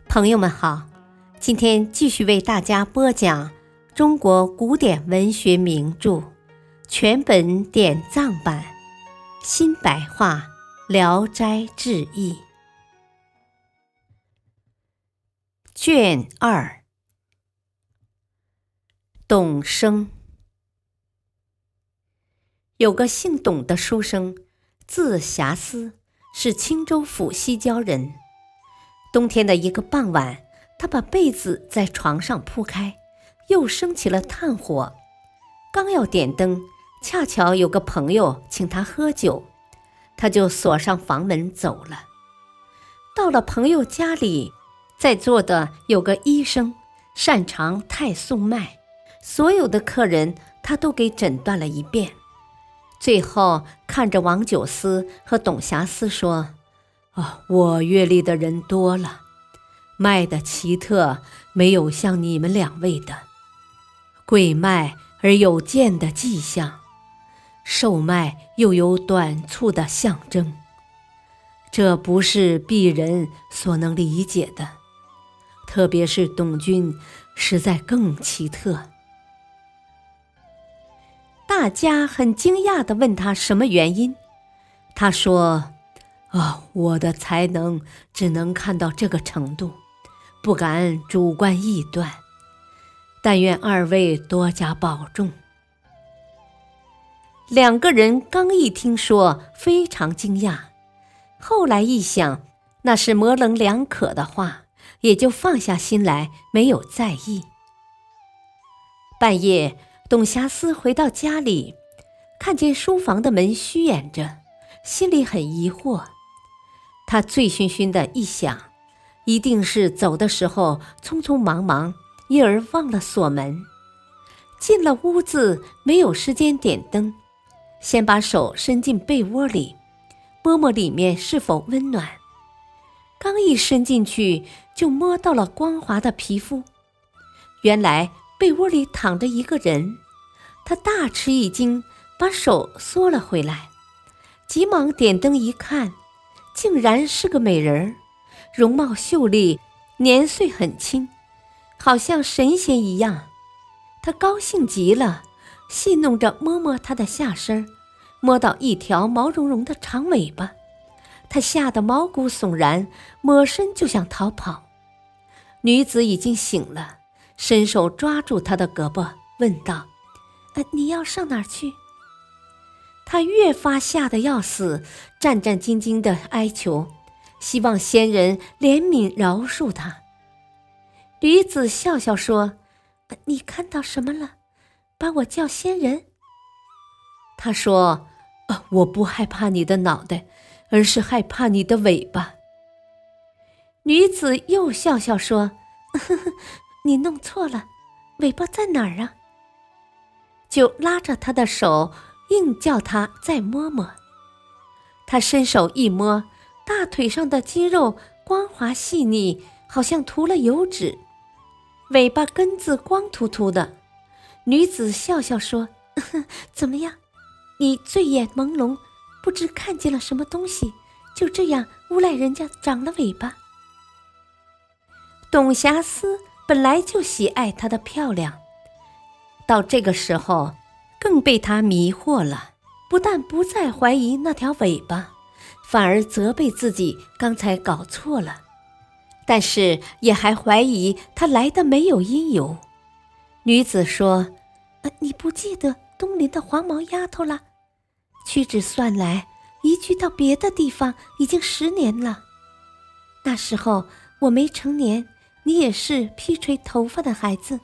朋友们好，今天继续为大家播讲中国古典文学名著全本典藏版新白话聊斋志异卷2董生。有个姓董的书生，字遐思，是青州府西郊人。冬天的一个傍晚，他把被子在床上铺开，又生起了炭火。刚要点灯，恰巧有个朋友请他喝酒，他就锁上房门走了。到了朋友家里，在座的有个医生，擅长太送脉，所有的客人他都给诊断了一遍。最后看着王九思和董遐思说：我阅历的人多了，脉的奇特没有像你们两位的，贵脉而有见的迹象，瘦脉又有短促的象征，这不是鄙人所能理解的，特别是董君实在更奇特。大家很惊讶地问他什么原因，他说：我的才能只能看到这个程度，不敢主观臆断，但愿二位多加保重。两个人刚一听说，非常惊讶，后来一想，那是模棱两可的话，也就放下心来，没有在意。半夜，董遐思回到家里，看见书房的门虚掩着，心里很疑惑。他醉醺醺的一想，一定是走的时候匆匆忙忙，因而忘了锁门。进了屋子，没有时间点灯，先把手伸进被窝里，摸摸里面是否温暖。刚一伸进去，就摸到了光滑的皮肤，原来被窝里躺着一个人。他大吃一惊，把手缩了回来，急忙点灯一看，竟然是个美人儿，容貌秀丽，年岁很轻，好像神仙一样。他高兴极了，戏弄着摸摸她的下身，摸到一条毛茸茸的长尾巴，他吓得毛骨悚然，抹身就想逃跑。女子已经醒了，伸手抓住他的胳膊，问道：你要上哪儿去？他越发吓得要死，战战兢兢地哀求，希望仙人怜悯饶恕他。女子笑笑说：你看到什么了？把我叫仙人？他说：我不害怕你的脑袋，而是害怕你的尾巴。女子又笑笑说：你弄错了，尾巴在哪儿啊？就拉着他的手，硬叫他再摸摸。他伸手一摸，大腿上的肌肉光滑细腻，好像涂了油脂，尾巴根子光秃秃的。女子笑笑说：怎么样？你醉眼朦胧，不知看见了什么东西，就这样诬赖人家长了尾巴。董遐思本来就喜爱她的漂亮，到这个时候更被她迷惑了，不但不再怀疑那条尾巴，反而责备自己刚才搞错了，但是也还怀疑她来的没有因由。女子说：你不记得东林的黄毛丫头了？屈指算来，移居到别的地方已经10年了。那时候我没成年，你也是披垂头发的孩子。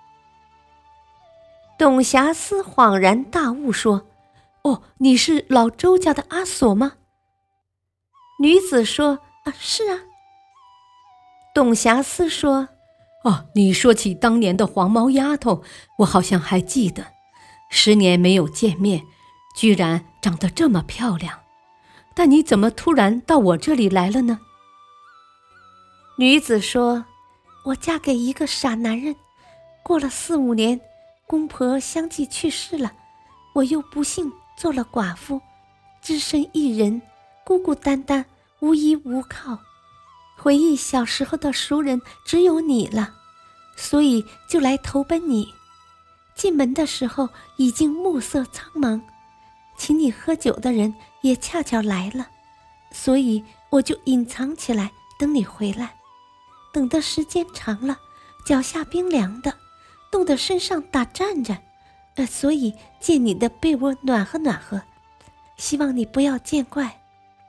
董遐思恍然大悟说：你是老周家的阿锁吗？女子说：是啊。董遐思说：你说起当年的黄毛丫头，我好像还记得，10年没有见面，居然长得这么漂亮，但你怎么突然到我这里来了呢？女子说：我嫁给一个傻男人，过了4、5年，公婆相继去世了，我又不幸做了寡妇，只身一人，孤孤单单，无依无靠。 回忆小时候的熟人只有你了，所以就来投奔你。进门的时候已经暮色苍茫，请你喝酒的人也恰巧来了，所以我就隐藏起来等你回来。等的时间长了，脚下冰凉的，冻得身上打颤着，所以借你的被窝暖和暖和，希望你不要见怪。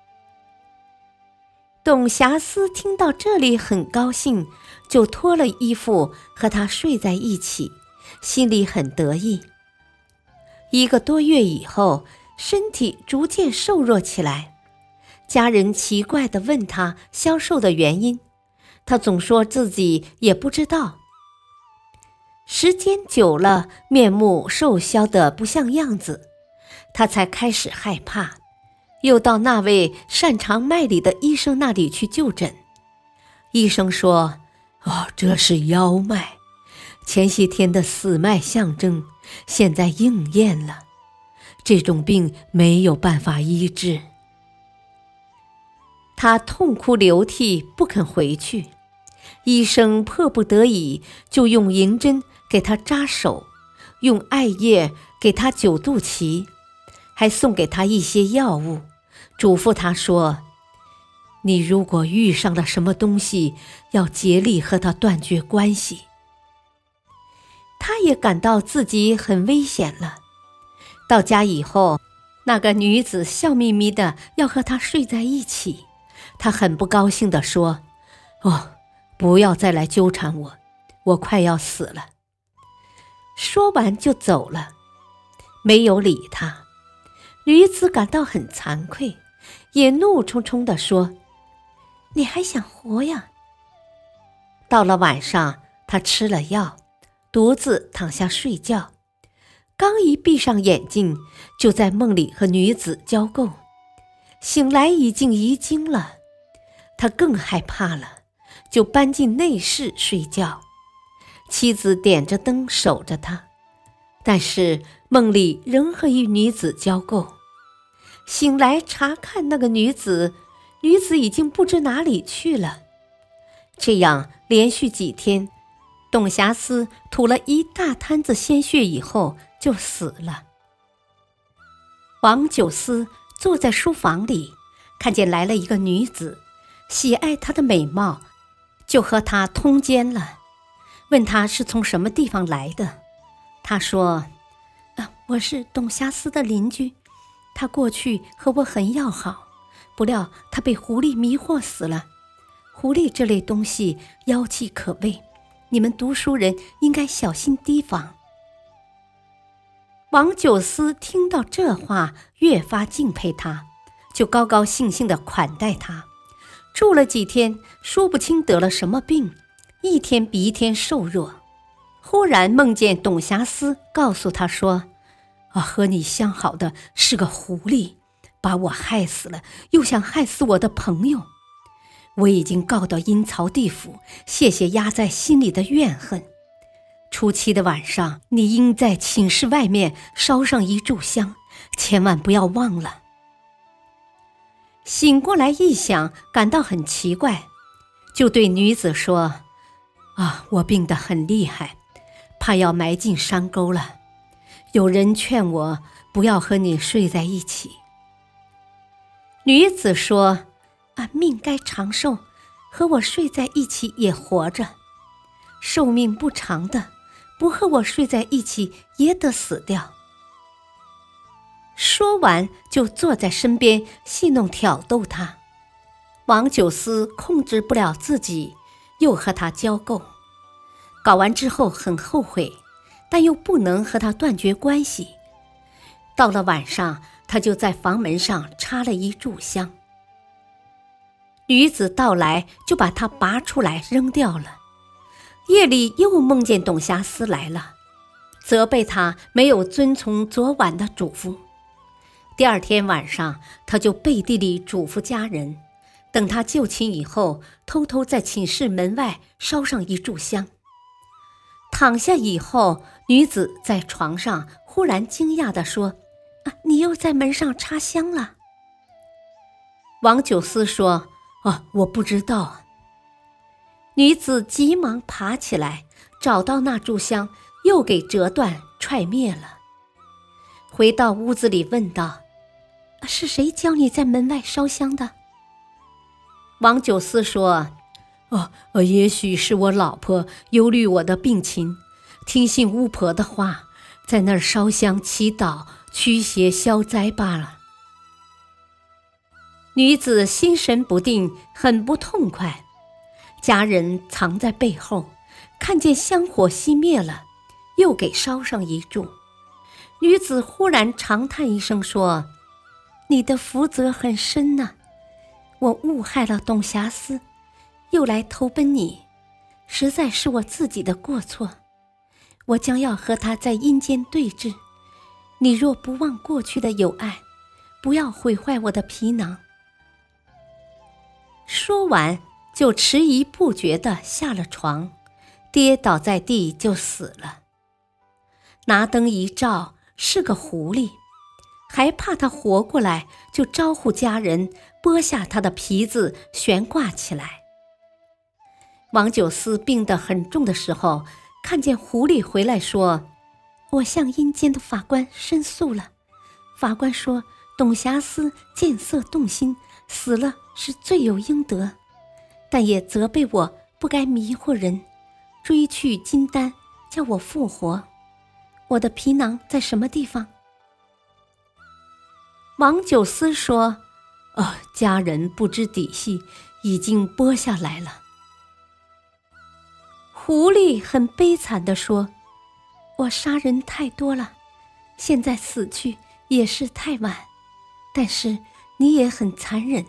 董霞思听到这里很高兴，就脱了衣服和他睡在一起，心里很得意。1个多月以后，身体逐渐瘦弱起来，家人奇怪地问他消瘦的原因，他总说自己也不知道。时间久了，面目瘦削得不像样子，他才开始害怕，又到那位擅长脉理的医生那里去就诊。医生说，这是腰脉，前些天的死脉象征现在应验了，这种病没有办法医治。他痛哭流涕，不肯回去。医生迫不得已，就用银针给他扎手，用艾叶给他灸肚脐，还送给他一些药物，嘱咐他说，你如果遇上了什么东西，要竭力和他断绝关系。他也感到自己很危险了。到家以后，那个女子笑眯眯的要和他睡在一起，他很不高兴地说，不要再来纠缠我，我快要死了。说完就走了，没有理他。女子感到很惭愧，也怒冲冲地说，你还想活呀？到了晚上，他吃了药，独自躺下睡觉，刚一闭上眼睛，就在梦里和女子交媾。醒来已经遗精了，他更害怕了，就搬进内室睡觉。妻子点着灯守着他，但是梦里仍和一女子交媾。醒来查看那个女子，女子已经不知哪里去了。这样连续几天，董霞思吐了一大滩子鲜血以后就死了。王九思坐在书房里，看见来了一个女子，喜爱她的美貌，就和她通奸了，问她是从什么地方来的。她说，我是董霞思的邻居，她过去和我很要好，不料她被狐狸迷惑死了。狐狸这类东西妖气可畏，你们读书人应该小心提防。王九思听到这话，越发敬佩他，就高高兴兴地款待他。住了几天，说不清得了什么病，一天比一天瘦弱。忽然梦见董霞思告诉他说，和你相好的是个狐狸，把我害死了，又想害死我的朋友。我已经告到阴曹地府，泄泄压在心里的怨恨。初7的晚上，你应在寝室外面烧上一炷香，千万不要忘了。醒过来一想，感到很奇怪，就对女子说，我病得很厉害，怕要埋进山沟了。有人劝我不要和你睡在一起。女子说，命该长寿，和我睡在一起也活着。寿命不长的，不和我睡在一起也得死掉。说完就坐在身边戏弄挑逗他。王九思控制不了自己，又和他交媾。搞完之后很后悔，但又不能和他断绝关系。到了晚上，他就在房门上插了一炷香。女子到来，就把它拔出来扔掉了。夜里又梦见董霞思来了，责备他没有遵从昨晚的嘱咐。第二天晚上，他就背地里嘱咐家人，等他就寝以后，偷偷在寝室门外烧上一炷香。躺下以后，女子在床上忽然惊讶地说，你又在门上插香了。王九思说，我不知道。 女子急忙爬起来，找到那炷香，又给折断踹灭了。回到屋子里问道：是谁教你在门外烧香的？王九思说：也许是我老婆忧虑我的病情，听信巫婆的话，在那儿烧香祈祷，驱邪消灾罢了。女子心神不定，很不痛快。家人藏在背后，看见香火熄灭了，又给烧上一炷。女子忽然长叹一声说：你的福泽很深呐，我误害了董瑕司，又来投奔你，实在是我自己的过错。我将要和他在阴间对峙，你若不忘过去的友爱，不要毁坏我的皮囊。说完就迟疑不决地下了床，跌倒在地就死了。拿灯一照，是个狐狸，还怕他活过来，就招呼家人剥下他的皮子悬挂起来。王九思病得很重的时候，看见狐狸回来说：我向阴间的法官申诉了，法官说董瑕司见色动心，死了是罪有应得，但也责备我不该迷惑人，追去金丹叫我复活。我的皮囊在什么地方？王九思说：家人不知底细，已经剥下来了。狐狸很悲惨地说：我杀人太多了，现在死去也是太晚，但是你也很残忍。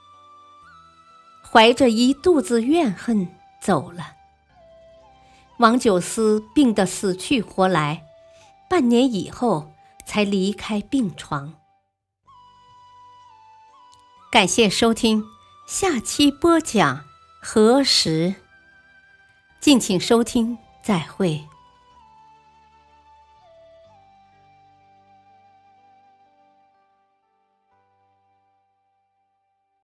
怀着一肚子怨恨走了。王九思病得死去活来，半年以后才离开病床。感谢收听，下期播讲何时？敬请收听，再会。